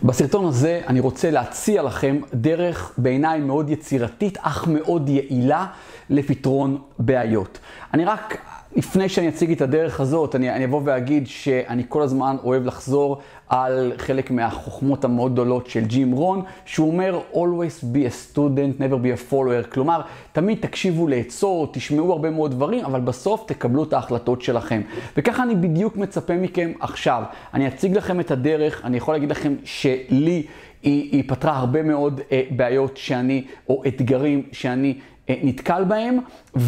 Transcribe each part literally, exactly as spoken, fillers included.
בסרטון הזה אני רוצה להציע לכם דרך בעיניי מאוד יצירתית, אך מאוד יעילה לפתרון בעיות. אני רק, לפני שאני אציג את הדרך הזאת, אני, אני אבוא ואגיד שאני כל הזמן אוהב לחזור על חלק מהחוכמות המאוד גדולות של ג'ים רון, שהוא אומר, always be a student, never be a follower. כלומר, תמיד תקשיבו לעצות, תשמעו הרבה מאוד דברים, אבל בסוף תקבלו את ההחלטות שלכם. וככה אני בדיוק מצפה מכם עכשיו. אני אציג לכם את הדרך, אני יכול להגיד לכם שלי היא, היא פתרה הרבה מאוד אה, בעיות שאני, או אתגרים שאני אה, נתקל בהם,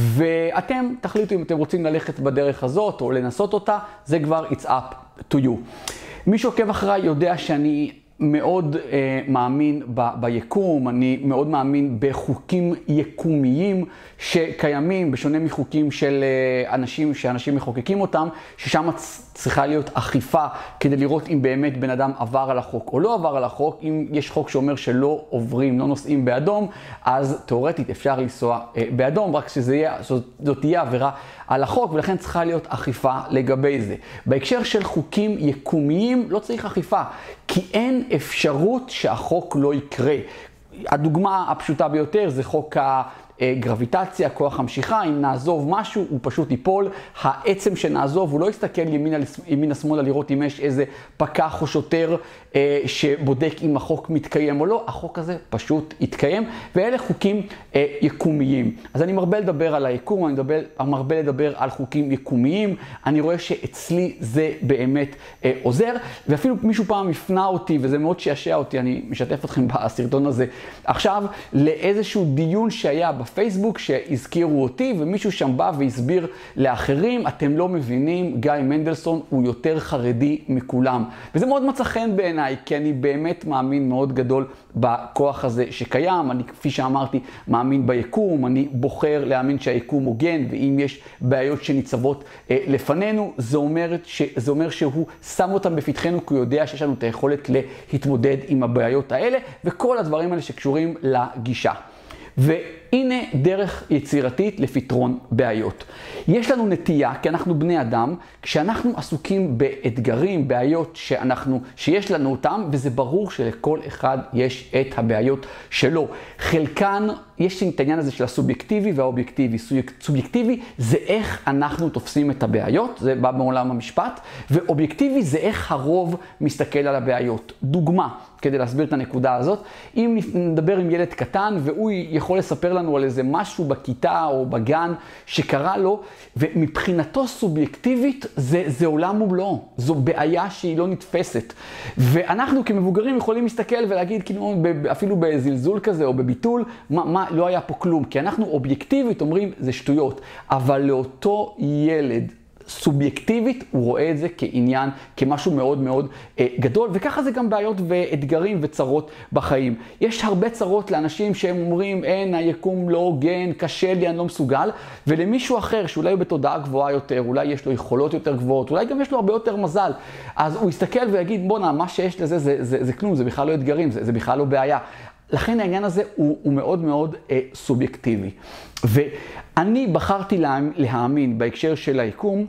ואתם תחליטו אם אתם רוצים ללכת בדרך הזאת, או לנסות אותה, זה כבר it's up to you. מי שעוקב אחריי יודע שאני מאוד אה, מאמין ב- ביקום, אני מאוד מאמין בחוקים יקומיים שקיימים, בשונה מחוקים של אה, אנשים שאנשים מחוקקים אותם, ששם צריכה להיות אכיפה כדי לראות אם באמת בן אדם עבר על החוק או לא עבר על החוק. אם יש חוק שאומר שלא עוברים, לא נוסעים באדום, אז תיאורטית אפשר לנסוע אה, באדום, רק שזה יהיה, זאת תהיה עבירה על החוק, ולכן צריכה להיות אכיפה לגבי זה. בהקשר של חוקים יקומיים לא צריך אכיפה, כי אין אפשרות שהחוק לא יקרה. הדוגמה הפשוטה ביותר זה חוק הגרביטציה, כוח המשיכה. אם נעזוב משהו, הוא פשוט ייפול. העצם שנעזוב, הוא לא יסתכל ימינה, ימינה שמאלה לראות אם יש איזה פקח או שוטר אה, שבודק אם החוק מתקיים או לא. החוק הזה פשוט יתקיים, ואלה חוקים אה, יקומיים. אז אני מרבה לדבר על היקום, אני מדבר, מרבה לדבר על חוקים יקומיים. אני רואה שאצלי זה באמת אה, עוזר, ואפילו מישהו פעם הפנה אותי, וזה מאוד שישע אותי, אני משתף אתכם בסרטון הזה עכשיו, לאיזשהו דיון שהיה בפייסבוק שהזכירו אותי, ומישהו שם בא והסביר לאחרים, אתם לא מבינים, גיא מנדלסון הוא יותר חרדי מכולם. וזה מאוד מצא חן בעיניי, כי אני באמת מאמין מאוד גדול בכוח הזה שקיים. אני, כפי שאמרתי, מאמין ביקום, אני בוחר להאמין שהיקום הוגן, ואם יש בעיות שניצבות אה, לפנינו, זה אומר, ש, זה אומר שהוא שם אותם בפתחנו, כי הוא יודע שיש לנו את היכולת להתמודד עם הבעיות האלה, וכל הדברים האלה שקשורים לגישה. והנה דרך יצירתית לפתרון בעיות. יש לנו נטייה, כי אנחנו בני אדם, כשאנחנו עסוקים באתגרים, בעיות שאנחנו, שיש לנו אותם, וזה ברור שלכל אחד יש את הבעיות שלו. חלקן, יש את העניין הזה של הסובייקטיבי והאובייקטיבי. סובייקטיבי זה איך אנחנו תופסים את הבעיות, זה בא מעולם המשפט, ואובייקטיבי זה איך הרוב מסתכל על הבעיות. דוגמה, כדי להסביר את הנקודה הזאת, אם נדבר עם ילד קטן והוא יכול לספר לנו על איזה משהו בכיתה או בגן שקרה לו, ומבחינתו סובייקטיבית זה, זה עולם ומלואו, זו בעיה שהיא לא נתפסת. ואנחנו כמבוגרים יכולים להסתכל ולהגיד, כאילו, אפילו בזלזול כזה או בביטול, מה, מה, לא היה פה כלום, כי אנחנו אובייקטיבית אומרים זה שטויות, אבל לאותו ילד סובייקטיבית הוא רואה את זה כעניין, כמשהו מאוד מאוד אה, גדול, וככה זה גם בעיות ואתגרים וצרות בחיים. יש הרבה צרות לאנשים שהם אומרים, אין, היקום לא הוגן, קשה לי, אני לא מסוגל, ולמישהו אחר שאולי הוא בתודעה גבוהה יותר, אולי יש לו יכולות יותר גבוהות, אולי גם יש לו הרבה יותר מזל, אז הוא יסתכל ויגיד, בוא נה, מה שיש לזה זה, זה, זה כלום, זה בכלל לא אתגרים, זה, זה בכלל לא בעיה. לכן העניין הזה הוא, הוא מאוד מאוד אה, סובייקטיבי. ואני בחרתי לה, להאמין בהקשר של היקום,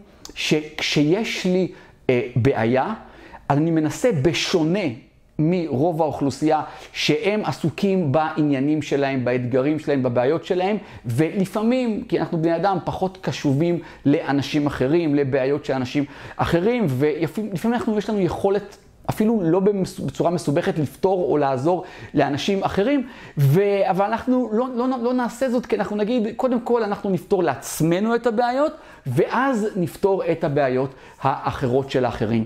שכשיש לי אה, בעיה, אני מנסה בשונה מרוב האוכלוסייה שהם עסוקים בעניינים שלהם, באתגרים שלהם, בבעיות שלהם, ולפעמים, כי אנחנו בני אדם, פחות קשובים לאנשים אחרים, לבעיות של אנשים אחרים, ולפעמים אנחנו, יש לנו יכולת אפילו לא בצורה מסובכת לפתור או לעזור לאנשים אחרים, ו... אבל אנחנו לא, לא, לא נעשה זאת, כי אנחנו נגיד, קודם כל אנחנו נפתור לעצמנו את הבעיות, ואז נפתור את הבעיות האחרות של האחרים.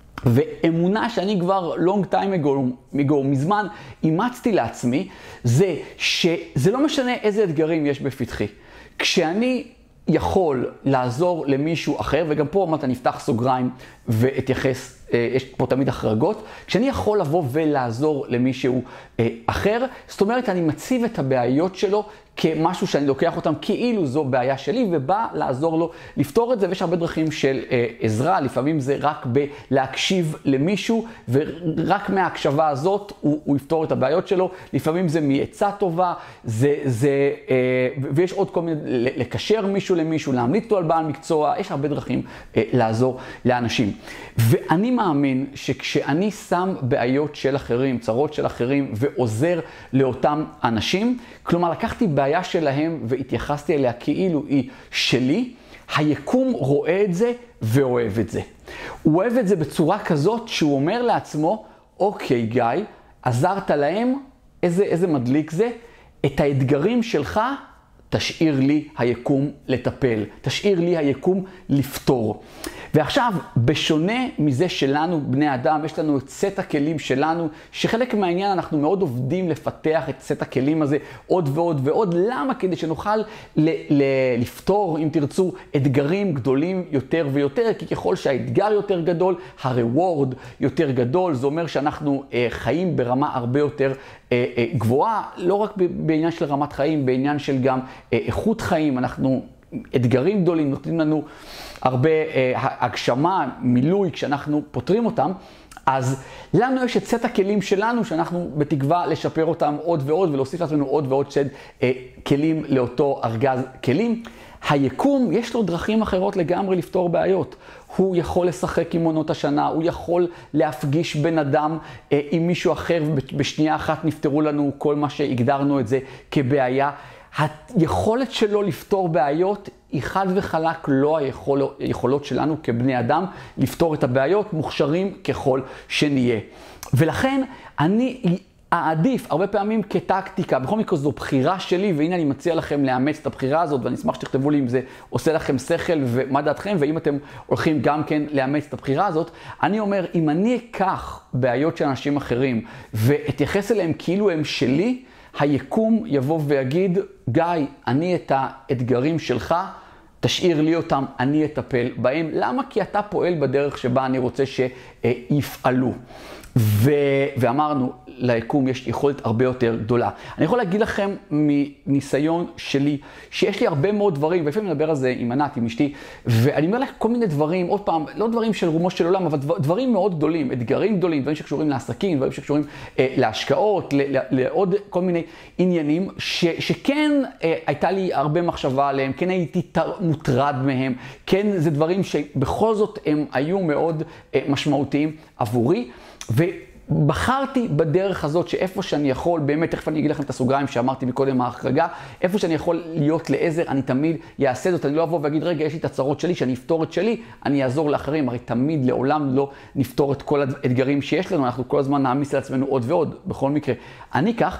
ואמונה שאני כבר long time ago, ago מזמן אימצתי לעצמי, זה שזה לא משנה איזה אתגרים יש בפתחי. כשאני יכול לעזור למישהו אחר, וגם פה אמרת נפתח סוגריים ואתייחס, יש פה תמיד החרגות, כשאני יכול לבוא ולעזור למישהו אחר, זאת אומרת אני מציב את הבעיות שלו כמשהו שאני לוקח אותם כאילו זו בעיה שלי, ובא לעזור לו לפתור את זה. ויש הרבה דרכים של אה, עזרה, לפעמים זה רק בלהקשיב למישהו, ורק מההקשבה הזאת הוא, הוא יפתור את הבעיות שלו. לפעמים זה מעצה טובה, זה, זה, אה, ויש עוד כל מיני, לקשר מישהו למישהו, להמליץ לו על בעל מקצוע, יש הרבה דרכים אה, לעזור לאנשים. ואני מאמין שכשאני שם בעיות של אחרים, צרות של אחרים, ועוזר לאותם אנשים, כלומר לקחתי בעיה שלהם והתייחסתי אליה כאילו היא שלי, היקום רואה את זה ואוהב את זה. הוא אוהב את זה בצורה כזאת שהוא אומר לעצמו, אוקיי גיא, עזרת להם, איזה, איזה מדליק זה, את האתגרים שלך תשאיר לי היקום לטפל, תשאיר לי היקום לפתור. ועכשיו, בשונה מזה שלנו, בני אדם, יש לנו את סט הכלים שלנו, שחלק מהעניין אנחנו מאוד עובדים לפתח את סט הכלים הזה עוד ועוד ועוד. למה? כדי שנוכל ל- ל- לפתור, אם תרצו, אתגרים גדולים יותר ויותר, כי ככל שהאתגר יותר גדול, הרeward יותר גדול. זה אומר שאנחנו אה, חיים ברמה הרבה יותר אה, אה, גבוהה, לא רק בעניין של רמת חיים, בעניין של גם אה, איכות חיים. אנחנו אתגרים גדולים נותנים לנו הרבה אה, הגשמה, מילוי, כשאנחנו פותרים אותם. אז לנו יש את סט הכלים שלנו, שאנחנו בתקווה לשפר אותם עוד ועוד, ולהוסיף לעצמנו עוד ועוד סט אה, כלים לאותו ארגז כלים. היקום, יש לו דרכים אחרות לגמרי לפתור בעיות. הוא יכול לשחק עם עונות השנה, הוא יכול להפגיש בן אדם אה, עם מישהו אחר, ובשנייה אחת נפתרו לנו כל מה שהגדרנו את זה כבעיה. היכולת שלו לפתור בעיות היא חד וחלק לא היכול, היכולות שלנו כבני אדם לפתור את הבעיות, מוכשרים ככל שנהיה. ולכן אני אעדיף הרבה פעמים כטקטיקה, בכל מקרה זו בחירה שלי, והנה אני מציע לכם לאמץ את הבחירה הזאת, ואני אשמח שתכתבו לי אם זה עושה לכם שכל ומה דעתכם, ואם אתם הולכים גם כן לאמץ את הבחירה הזאת. אני אומר, אם אני אקח בעיות של אנשים אחרים ואתייחס אליהם כאילו הם שלי, היקום יבוא ויגיד, גיא, אני את האתגרים שלך, תשאיר לי אותם, אני אטפל בהם. למה? כי אתה פועל בדרך שבה אני רוצה שיפעלו. ו... ואמרנו, ליקום יש יכולת הרבה יותר גדולה. אני יכול להגיד לכם מניסיון שלי, שיש לי הרבה מאוד דברים, ולפעמים נדבר על זה עם ענת, עם אשתי, ואני אומר לך כל מיני דברים, עוד פעם, לא דברים של רומו של עולם, אבל דברים מאוד גדולים, אתגרים גדולים, דברים שקשורים לעסקים, דברים שקשורים אה, להשקעות, ל- ל- לעוד כל מיני עניינים, ש- שכן אה, הייתה לי הרבה מחשבה עליהם, כן הייתי מוטרד מהם, כן זה דברים שבכל זאת הם היו מאוד אה, משמעותיים עבורי, ו... בחרתי בדרך הזאת שאיפה שאני יכול, באמת, תכף אני אגיד לכם את הסוגריים שאמרתי מקודם ההחרגה, איפה שאני יכול להיות לעזר, אני תמיד יעשה זאת. אני לא אבוא ואגיד, רגע, יש לי את הצרות שלי, שאני אפתור את שלי, אני אעזור לאחרים. הרי תמיד לעולם לא נפתור את כל האתגרים שיש לנו, אנחנו כל הזמן נעמיס על עצמנו עוד ועוד, בכל מקרה. אני כך,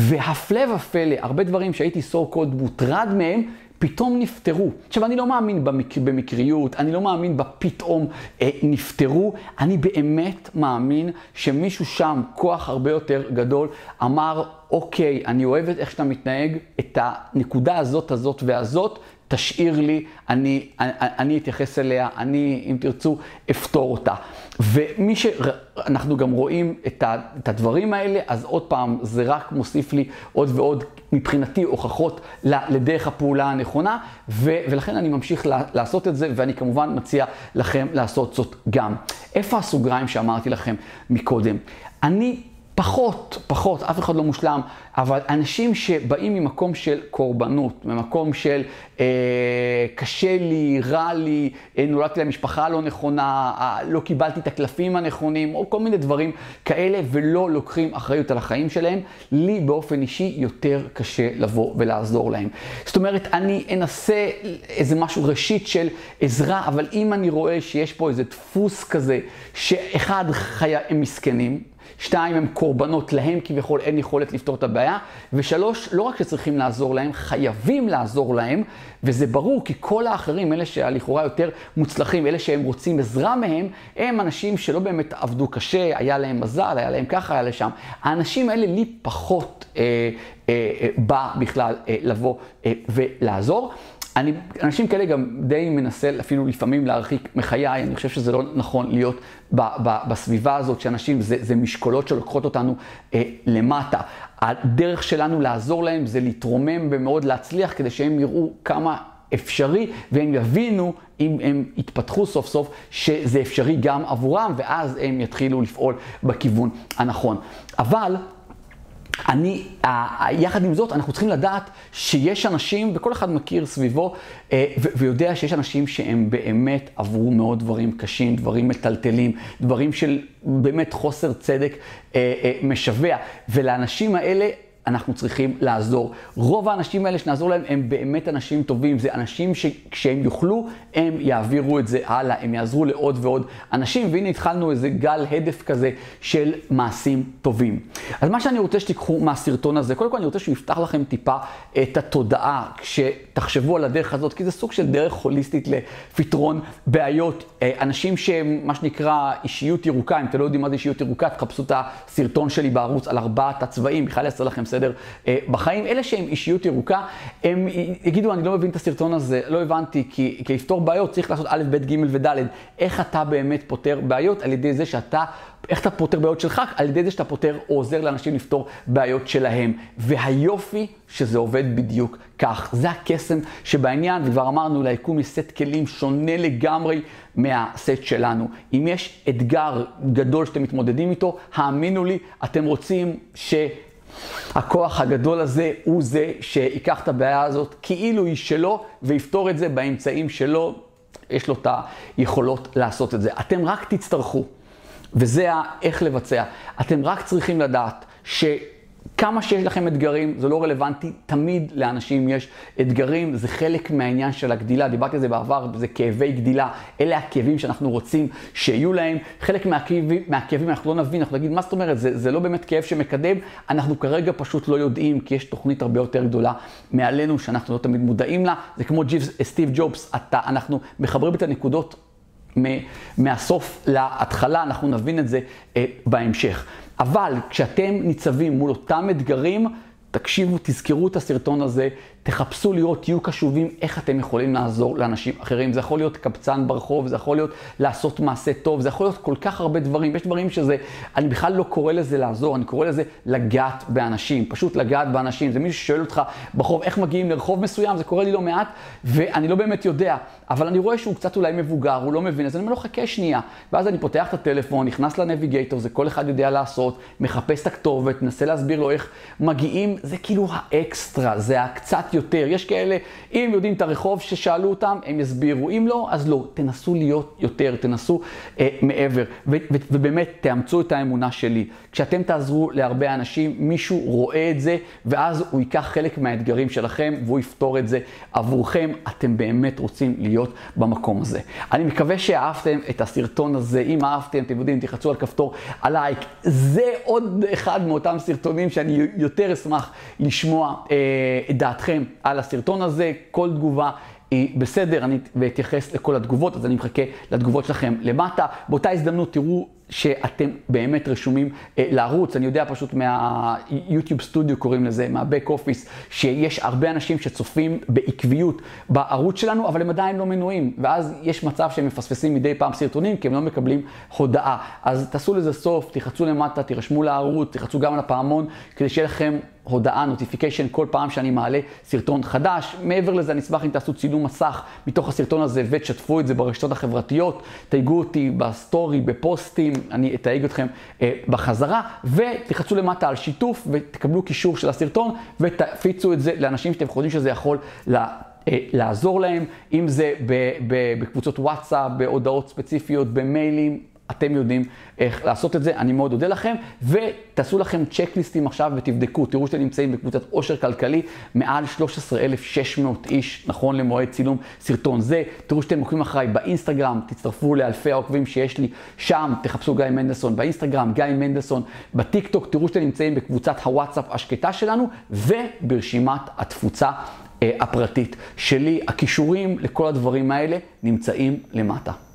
והפלא ופלא, הרבה דברים שהייתי so called מוטרד מהם, פתאום נפטרו. עכשיו, אני לא מאמין במק... במקריות, אני לא מאמין בפתאום אה, נפטרו, אני באמת מאמין שמישהו שם, כוח הרבה יותר גדול, אמר, אוקיי, אני אוהבת איך שאתה מתנהג, את הנקודה הזאת, הזאת והזאת, תשאיר לי, אני, אני, אני אתייחס אליה, אני, אם תרצו, אפתור אותה. ומי שאנחנו גם רואים את, ה, את הדברים האלה, אז עוד פעם, זה רק מוסיף לי עוד ועוד, מבחינתי, הוכחות לדרך הפעולה הנכונה, ו, ולכן אני ממשיך לעשות את זה, ואני כמובן מציע לכם לעשות זאת גם. איפה הסוגריים שאמרתי לכם מקודם? אני פחות, פחות, אף אחד לא מושלם, אבל אנשים שבאים ממקום של קורבנות, ממקום של אה, קשה לי, רע לי, אה, נולדתי למשפחה לא נכונה, אה, לא קיבלתי את הקלפים הנכונים, או כל מיני דברים כאלה, ולא לוקחים אחריות על החיים שלהם, לי באופן אישי יותר קשה לבוא ולעזור להם. זאת אומרת, אני אנסה איזה משהו ראשית של עזרה, אבל אם אני רואה שיש פה איזה דפוס כזה, שאחד חיה הם מסכנים, שתיים, הם קורבנות להם, כביכול אין יכולת לפתור את הבעיה. ושלוש, לא רק שצריכים לעזור להם, חייבים לעזור להם, וזה ברור כי כל האחרים, אלה שהלכאורה יותר מוצלחים, אלה שהם רוצים עזרה מהם, הם אנשים שלא באמת עבדו קשה, היה להם מזל, היה להם ככה, היה לשם. האנשים האלה לי פחות אה, אה, אה, בא בכלל אה, לבוא אה, ולעזור. אני, אנשים כאלה גם די מנסה אפילו לפעמים להרחיק מחיי, אני חושב שזה לא נכון להיות ב, ב, בסביבה הזאת, שאנשים, זה, זה משקולות שלוקחות אותנו אה, למטה. הדרך שלנו לעזור להם זה להתרומם ומאוד להצליח, כדי שהם יראו כמה אפשרי, והם יבינו, אם הם יתפתחו סוף סוף, שזה אפשרי גם עבורם, ואז הם יתחילו לפעול בכיוון הנכון. אבל אני, יחד עם זאת, אנחנו צריכים לדעת שיש אנשים, וכל אחד מכיר סביבו, ויודע שיש אנשים שהם באמת עברו מאוד דברים קשים, דברים מטלטלים, דברים של באמת חוסר צדק משווע, ולאנשים האלה אנחנו צריכים לעזור. רוב האנשים האלה שנעזור להם הם באמת אנשים טובים, זה אנשים שכשהם יוכלו הם יעבירו את זה הלאה, הם יעזרו לעוד ועוד אנשים, והנה התחלנו איזה גל הדף כזה של מעשים טובים. אז מה שאני רוצה שתיקחו מהסרטון הזה, קודם כל אני רוצה שהוא יפתח לכם טיפה את התודעה כשתחשבו על הדרך הזאת, כי זה סוג של דרך הוליסטית לפתרון בעיות. אנשים שהם מה שנקרא אישיות ירוקה, אם אתם לא יודעים מה זה אישיות ירוקה, תחפשו את הסרטון שלי בערוץ על ארבעת הצבעים, בכלל יעשה לכם סדר בחיים. אלה שהם אישיות ירוקה, הם יגידו, אני לא מבין את הסרטון הזה, לא הבנתי, כי, כי לפתור בעיות צריך לעשות א', ב', ג' וד'. איך אתה באמת פותר בעיות? על ידי זה שאתה, איך אתה פותר בעיות שלך? על ידי זה שאתה פותר או עוזר לאנשים לפתור בעיות שלהם. והיופי שזה עובד בדיוק כך. זה הקסם שבעניין, וכבר אמרנו, ליקום יש סט כלים שונה לגמרי מהסט שלנו. אם יש אתגר גדול שאתם מתמודדים איתו, האמינו לי, אתם רוצים ש... הכוח הגדול הזה הוא זה שיקח את הבעיה הזאת כאילו היא שלו ויפתור את זה באמצעים שלו, יש לו את היכולות לעשות את זה. אתם רק תצטרכו, וזה איך לבצע, אתם רק צריכים לדעת ש... כמה שיש לכם אתגרים, זה לא רלוונטי, תמיד לאנשים יש אתגרים, זה חלק מהעניין של הגדילה, דיברתי על זה בעבר, זה כאבי גדילה, אלה הכאבים שאנחנו רוצים שיהיו להם, חלק מהכאבים, מהכאבים אנחנו לא נבין, אנחנו נגיד, מה זאת אומרת, זה, זה לא באמת כאב שמקדם, אנחנו כרגע פשוט לא יודעים, כי יש תוכנית הרבה יותר גדולה מעלינו, שאנחנו לא תמיד מודעים לה, זה כמו סטיב ג'ובס, אתה, אנחנו מחברים את הנקודות מהסוף להתחלה, אנחנו נבין את זה אה, בהמשך. אבל כשאתם ניצבים מול אותם אתגרים, תקשיבו, תזכרו את הסרטון הזה, תחפשו לראות, תהיו קשובים איך אתם יכולים לעזור לאנשים אחרים. זה יכול להיות קבצן ברחוב, זה יכול להיות לעשות מעשה טוב, זה יכול להיות כל כך הרבה דברים. יש דברים שזה, אני בכלל לא קורא לזה לעזור, אני קורא לזה לגעת באנשים, פשוט לגעת באנשים. זה מישהו ששואל אותך ברחוב, איך מגיעים לרחוב מסוים, זה קורה לי לא מעט, ואני לא באמת יודע, אבל אני רואה שהוא קצת אולי מבוגר, הוא לא מבין, אז אני אומר לו, חכה שנייה. ואז אני פותח את הטלפון, נכנס לנביגייטור, זה כל אחד יודע לעשות, מחפש את הכתובת, נסה להסביר לו איך מגיעים, זה כאילו האקסטרה, זה הקצת יותר. יש כאלה, אם יודעים את הרחוב ששאלו אותם, הם יסבירו. אם לא, אז לא. תנסו להיות יותר, תנסו אה, מעבר. ו- ו- ובאמת, תאמצו את האמונה שלי. כשאתם תעזרו להרבה אנשים, מישהו רואה את זה, ואז הוא ייקח חלק מהאתגרים שלכם, והוא יפתור את זה עבורכם. אתם באמת רוצים להיות במקום הזה. אני מקווה שאהבתם את הסרטון הזה. אם אהבתם, אתם יודעים, תחצו על כפתור הלייק. זה עוד אחד מאותם סרטונים שאני יותר אשמח לשמוע אה, את דעתכם על הסרטון הזה. כל תגובה היא בסדר, אני אתייחס לכל התגובות, אז אני מחכה לתגובות שלכם למטה. באותה הזדמנות תראו שאתם באמת רשומים אה, לערוץ. אני יודע פשוט מהיוטיוב סטודיו קוראים לזה, מהבק אופיס, שיש הרבה אנשים שצופים בעקביות בערוץ שלנו, אבל הם עדיין לא מנויים. ואז יש מצב שהם מפספסים מדי פעם סרטונים, כי הם לא מקבלים הודעה. אז תעשו לזה סוף, תחצו למטה, תירשמו לערוץ, תחצו גם על הפעמון, כדי שיהיה לכם הודעה, נוטיפיקיישן, כל פעם שאני מעלה סרטון חדש. מעבר לזה, אני אשמח אם תעשו צילום מסך מתוך הסרטון הזה ותשתפו את זה ברשתות החברתיות, תייגו אותי בסטורי, בפוסטים, אני אתייג אתכם אה, בחזרה, ותחצו למטה על שיתוף ותקבלו קישור של הסרטון ותפיצו את זה לאנשים שאתם חושבים שזה יכול לה, אה, לעזור להם, אם זה בקבוצות וואטסאפ, בהודעות ספציפיות, במיילים, אתם יודעים איך לעשות את זה, אני מאוד אודה לכם, ותעשו לכם צ'קליסטים עכשיו ותבדקו, תראו שאתם נמצאים בקבוצת עושר כלכלי, מעל שלושה עשר אלף ושש מאות איש, נכון למועד צילום סרטון זה, תראו שאתם עוקבים אחריי באינסטגרם, תצטרפו לאלפי העוקבים שיש לי שם, תחפשו גיא מנדלסון באינסטגרם, גיא מנדלסון בטיקטוק, תראו שאתם נמצאים בקבוצת הוואטסאפ השקטה שלנו, וברשימת התפוצה הפרטית שלי. הקישורים לכל הדברים האלה נמצאים למטה.